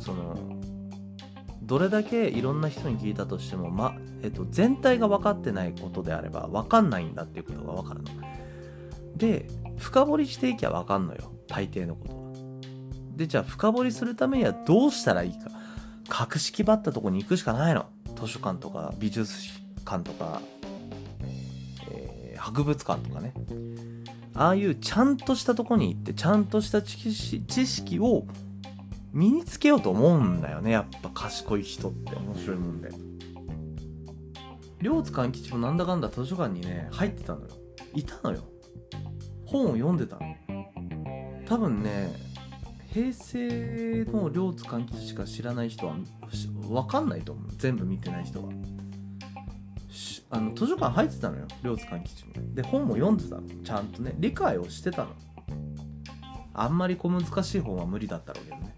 どれだけいろんな人に聞いたとしても、全体が分かってないことであれば分かんないんだっていうことが分かるので、深掘りしていきゃ分かんのよ、大抵のことは。でじゃあ深掘りするためにはどうしたらいいか。格式ばったとこに行くしかないの。図書館とか美術館とか、博物館とかね。ああいうちゃんとしたとこに行ってちゃんとした知識を身につけようと思うんだよね。やっぱ賢い人って面白いもんで。両津勘吉もなんだかんだ図書館にね入ってたのよ。いたのよ。本を読んでたの。多分ね、平成の両津勘吉しか知らない人は分かんないと思う。全部見てない人は。図書館入ってたのよ、両津勘吉も。で本も読んでたの、ちゃんとね理解をしてたの。あんまり小難しい本は無理だったろうけどね。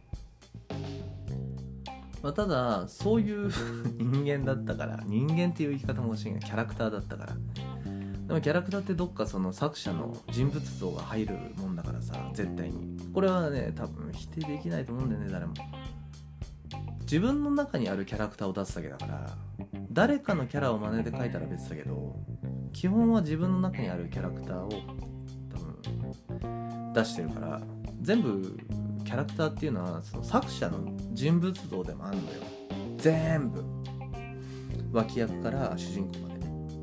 ただそういう人間だったから、人間っていう言い方も欲しいがキャラクターだったから。でもキャラクターってどっかその作者の人物像が入るもんだからさ、絶対にこれはね多分否定できないと思うんだよね、誰も。自分の中にあるキャラクターを出すだけだから、誰かのキャラを真似で描いたら別だけど、基本は自分の中にあるキャラクターを多分出してるから、全部キャラクターっていうのはその作者の人物像でもあるのよ。全部脇役から主人公まで。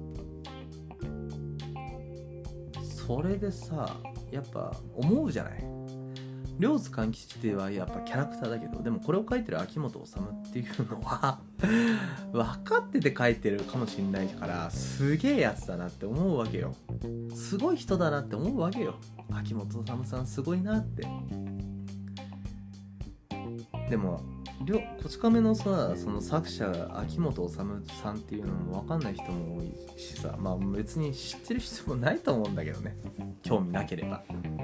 それでさ、やっぱ思うじゃない。両津勘吉ってはやっぱキャラクターだけど、でもこれを書いてる秋元治っていうのは分かってて書いてるかもしれないから、すげえやつだなって思うわけよ。すごい人だなって思うわけよ。秋元治さんすごいなって。でもこち亀のさ、その作者秋元治さんっていうのも分かんない人も多いしさ、まあ別に知ってる人もないと思うんだけどね、興味なければ。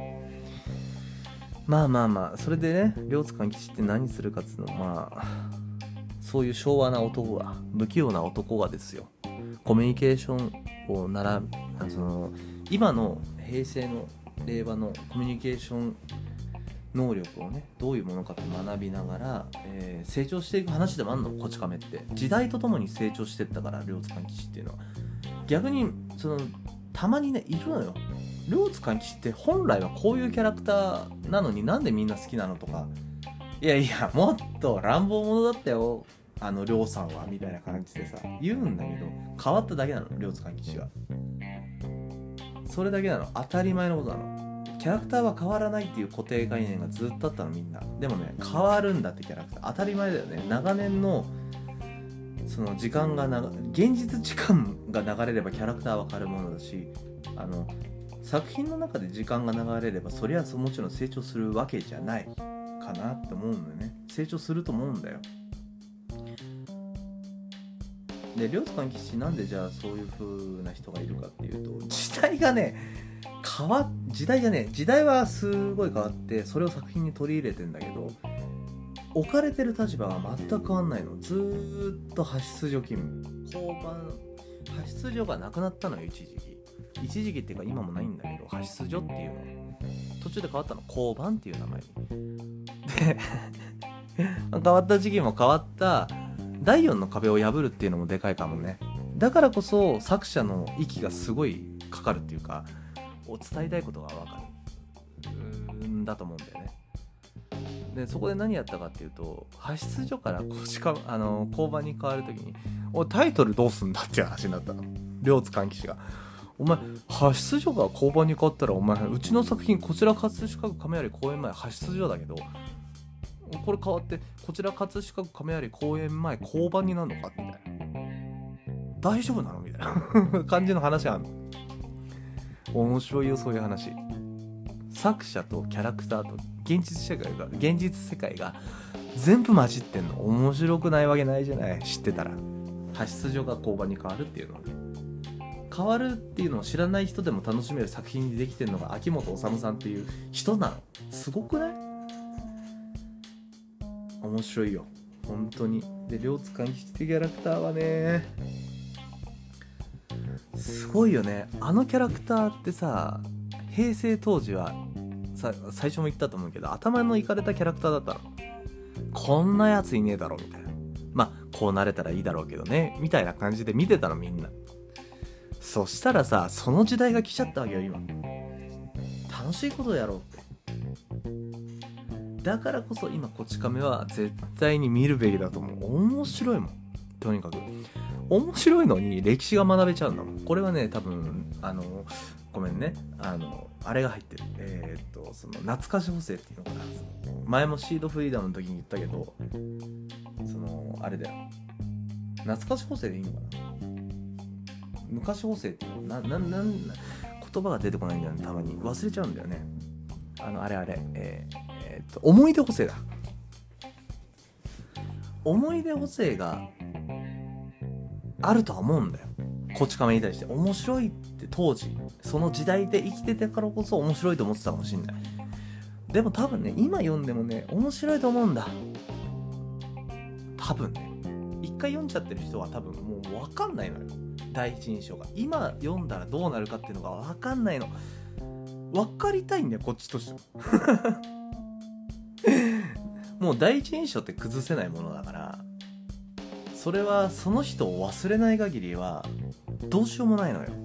まあそれでね、両津勘吉って何するかっつうの、まあそういう昭和な男が、不器用な男がですよ、コミュニケーションを今の平成の令和のコミュニケーション能力をね、どういうものかって学びながら、成長していく話でもあんの、こち亀って。時代とともに成長していったから、両津勘吉っていうのは。逆にたまにねいるのよ。両津勘吉って本来はこういうキャラクターなのになんでみんな好きなのとか、いやもっと乱暴者だったよ両さんはみたいな感じでさ言うんだけど、変わっただけなの、両津勘吉は。それだけなの、当たり前のことなの。キキャラクターは変わらないっていう固定概念がずっとあったのみんな。でもね、変わるんだってキャラクター。当たり前だよね。長年のその時間が現実時間が流れればキャラクターは変わるものだし、作品の中で時間が流れればそりゃもちろん成長するわけじゃないかなって思うんだよね。成長すると思うんだよ。で、両津勘吉なんでじゃあそういう風な人がいるかっていうと、時代がね時代はすごい変わってそれを作品に取り入れてんだけど、置かれてる立場は全く変わんないの。ずーっと派出所勤務、交番派出所がなくなったのよ。一時期っていうか今もないんだけど、派出所っていうの途中で変わったの、交番っていう名前に。で変わった時期も変わった。第4の壁を破るっていうのもでかいかもね。だからこそ作者の息がすごいかかるっていうか、伝えたいことが分かるんだと思うんだよね。でそこで何やったかっていうと、派出所から交番に変わるときにタイトルどうすんだっていう話になったの。両津勘吉が、お前派出所が交番に変わったら、お前うちの作品こちら葛飾区亀有公園前派出所だけど、これ変わってこちら葛飾区亀有公園前交番になるのかみたいな、大丈夫なのみたいな感じの話があるの。面白いよそういう話。作者とキャラクターと現実世界が全部混じってんの。面白くないわけないじゃない、知ってたら。派出所が交番に変わるっていうの、変わるっていうのを知らない人でも楽しめる作品にできてるのが秋元治さんっていう人なの。すごくない？面白いよ本当に。で両津勘吉ってキャラクターはねすごいよね。あのキャラクターってさ、平成当時は最初も言ったと思うけど、頭のいかれたキャラクターだったの。こんなやついねえだろみたいな、まあこうなれたらいいだろうけどねみたいな感じで見てたのみんな。そしたらさ、その時代が来ちゃったわけよ今。楽しいことやろうって。だからこそ今こち亀は絶対に見るべきだと思う。面白いもん。とにかく面白いのに歴史が学べちゃうんだもん。これはね多分ごめんね、あれが入ってる、その懐かし補正っていうのかな。前もシードフリーダムの時に言ったけど、そのあれだよ、懐かし補正でいいのかな、昔補正っていうの言葉が出てこないんだよね、たまに忘れちゃうんだよね。思い出補正だ。思い出補正があるとは思うんだよ、こち亀に対して。面白いって当時その時代で生きててからこそ面白いと思ってたかもしんない。でも多分ね、今読んでもね面白いと思うんだ多分ね。一回読んじゃってる人は多分もう分かんないのよ、第一印象が。今読んだらどうなるかっていうのが分かんないの。分かりたいんだよこっちとしてももう第一印象って崩せないものだから、それはその人を忘れない限りはどうしようもないのよ。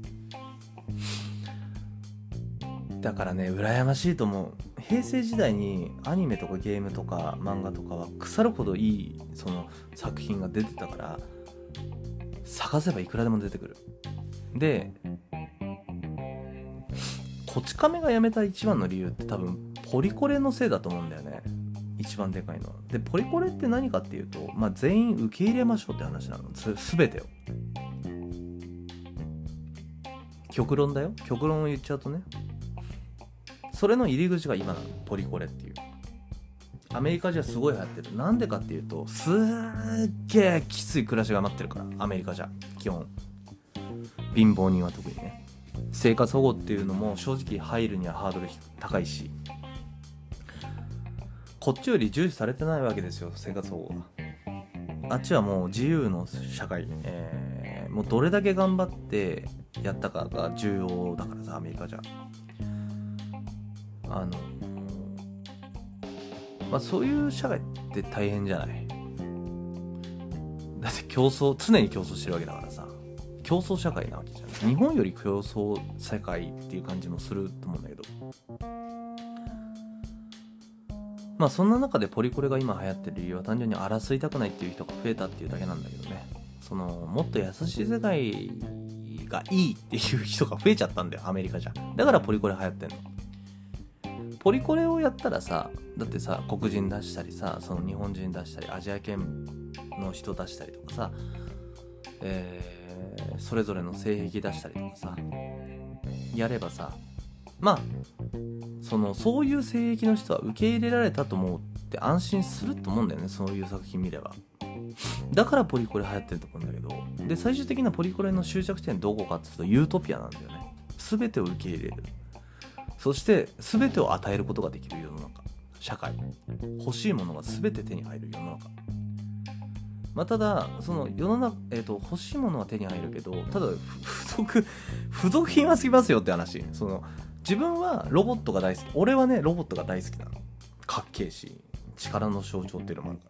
だからね羨ましいと思う。平成時代にアニメとかゲームとか漫画とかは腐るほどいいその作品が出てたから、探せばいくらでも出てくる。でこち亀が辞めた一番の理由って多分ポリコレのせいだと思うんだよね、一番でかいのは。でポリコレって何かっていうと、全員受け入れましょうって話なの。全てを極論だよ、極論を言っちゃうとね、それの入り口が今なの、ポリコレっていう。アメリカじゃすごい流行ってる。なんでかっていうと、すっげえきつい暮らしが待ってるから。アメリカじゃ基本貧乏人は特にね。生活保護っていうのも正直入るにはハードル高いし、こっちより重視されてないわけですよ、生活保護が。あっちはもう自由の社会、もうどれだけ頑張ってやったかが重要だからさ、アメリカじゃ。そういう社会って大変じゃない。だって常に競争してるわけだからさ、競争社会なわけじゃん。日本より競争社会っていう感じもすると思うんだけど、そんな中でポリコレが今流行ってる理由は単純に争いたくないっていう人が増えたっていうだけなんだけどね。もっと優しい世界がいいっていう人が増えちゃったんだよ、アメリカじゃ。だからポリコレ流行ってんの。 ポリコレをやったらさ、だってさ、黒人出したりさ、その日本人出したりアジア系の人出したりとかさ、それぞれの性癖出したりとかさやればさ、まあそういう性癖の人は受け入れられたと思うって安心すると思うんだよね、そういう作品見れば。だからポリコレ流行ってると思うんだけど、で最終的なポリコレの終着点どこかっていうとユートピアなんだよね。全てを受け入れる、そして全てを与えることができる世の中、社会、欲しいものが全て手に入る世の中。ただその世の中、欲しいものは手に入るけど、ただ付属品は過ぎますよって話。その自分はロボットが大好き、俺はねロボットが大好きなの。かっけえし力の象徴っていうのもある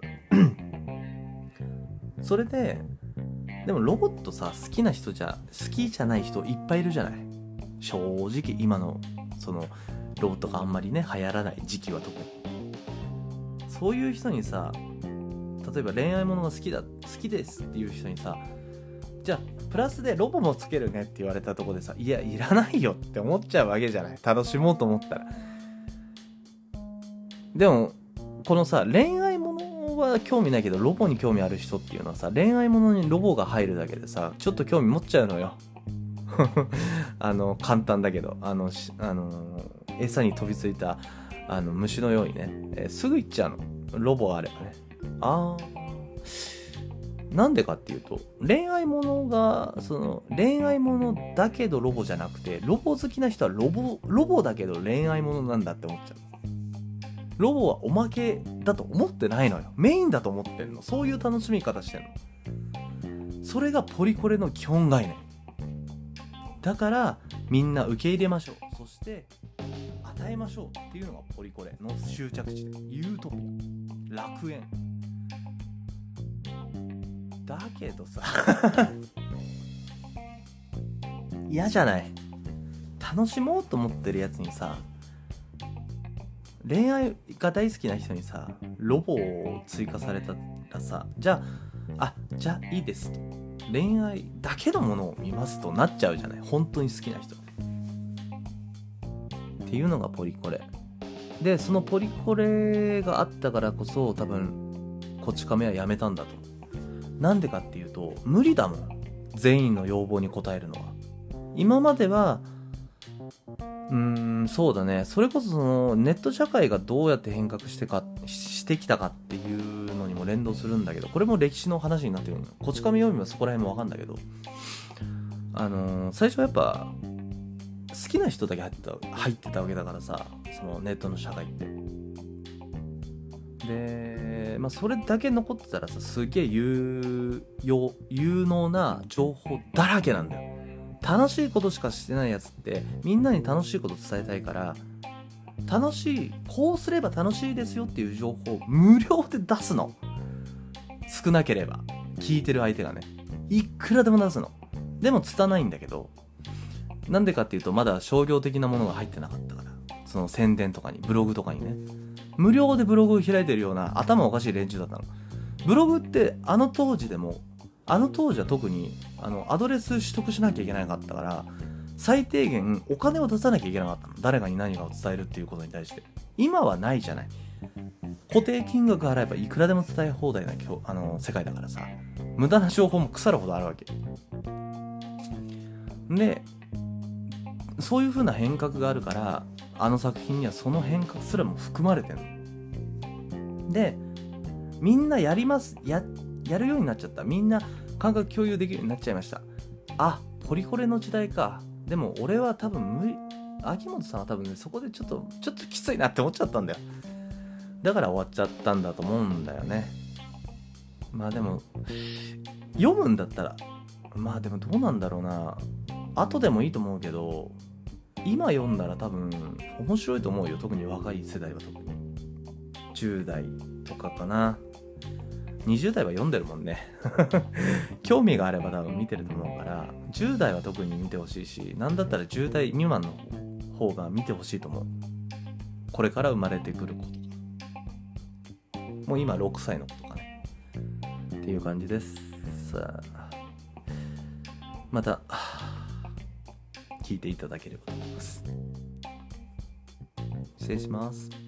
からそれでもロボットさ、好きじゃない人いっぱいいるじゃない。正直今のそのロボットがあんまりね流行らない時期は特に。そういう人にさ、例えば恋愛ものが好きですっていう人にさ、じゃあプラスでロボもつけるねって言われたところでさ、いやいらないよって思っちゃうわけじゃない、楽しもうと思ったら。でもこのさ、恋愛ものは興味ないけどロボに興味ある人っていうのはさ、恋愛ものにロボが入るだけでさ、ちょっと興味持っちゃうのよ簡単だけど、餌に飛びついた虫のようにね、すぐ行っちゃうの、ロボがあればね。なんでかっていうと、恋愛ものだけどロボじゃなくて、ロボ好きな人はロボだけど恋愛ものなんだって思っちゃう。ロボはおまけだと思ってないのよ、メインだと思ってるの。そういう楽しみ方してるの。それがポリコレの基本概念だから、みんな受け入れましょう、そして与えましょうっていうのがポリコレの終着地点、ユートピア、楽園だけどさ嫌じゃない。楽しもうと思ってるやつにさ、恋愛が大好きな人にさロボを追加されたらさ、じゃあいいですと、恋愛だけのものを見ますとなっちゃうじゃない、本当に好きな人っていうのがポリコレで、そのポリコレがあったからこそ多分こち亀はやめたんだと。なんでかっていうと、無理だもん、全員の要望に応えるのは。今まではそうだね、それこそそのネット社会がどうやって変革してきたかっていうのにも連動するんだけど、これも歴史の話になってくるの。こち亀読みはそこら辺も分かんだけど、最初はやっぱ好きな人だけ入ってたわけだからさ、そのネットの社会ってで、それだけ残ってたらさ、すげえ有能な情報だらけなんだよ。楽しいことしかしてないやつってみんなに楽しいこと伝えたいから、こうすれば楽しいですよっていう情報を無料で出すの。少なければ聞いてる相手がね、いくらでも出すの。でも拙ないんだけど、なんでかっていうと、まだ商業的なものが入ってなかったから。その宣伝とかに、ブログとかにね、無料でブログを開いてるような頭おかしい連中だったの。ブログってあの当時は特にアドレス取得しなきゃいけなかったから、最低限お金を出さなきゃいけなかったの、誰かに何かを伝えるっていうことに対して。今はないじゃない。固定金額払えばいくらでも伝え放題な世界だからさ、無駄な情報も腐るほどあるわけで、そういう風な変革があるから、あの作品にはその変革すらも含まれてるので、みんなやるようになっちゃった。みんな感覚共有できるようになっちゃいました。ポリコレの時代か。でも俺は多分無理。秋元さんは多分ね、そこでちょっときついなって思っちゃったんだよ。だから終わっちゃったんだと思うんだよね。でも読むんだったら、でもどうなんだろうな。後でもいいと思うけど、今読んだら多分面白いと思うよ。特に若い世代は特に10代とかかな。20代は読んでるもんね興味があれば多分見てると思うから、10代は特に見てほしいし、なんだったら10代未満の方が見てほしいと思う。これから生まれてくる子とか、もう今6歳の子とかねっていう感じです。さあ、また聞いていただければと思います。 失礼します。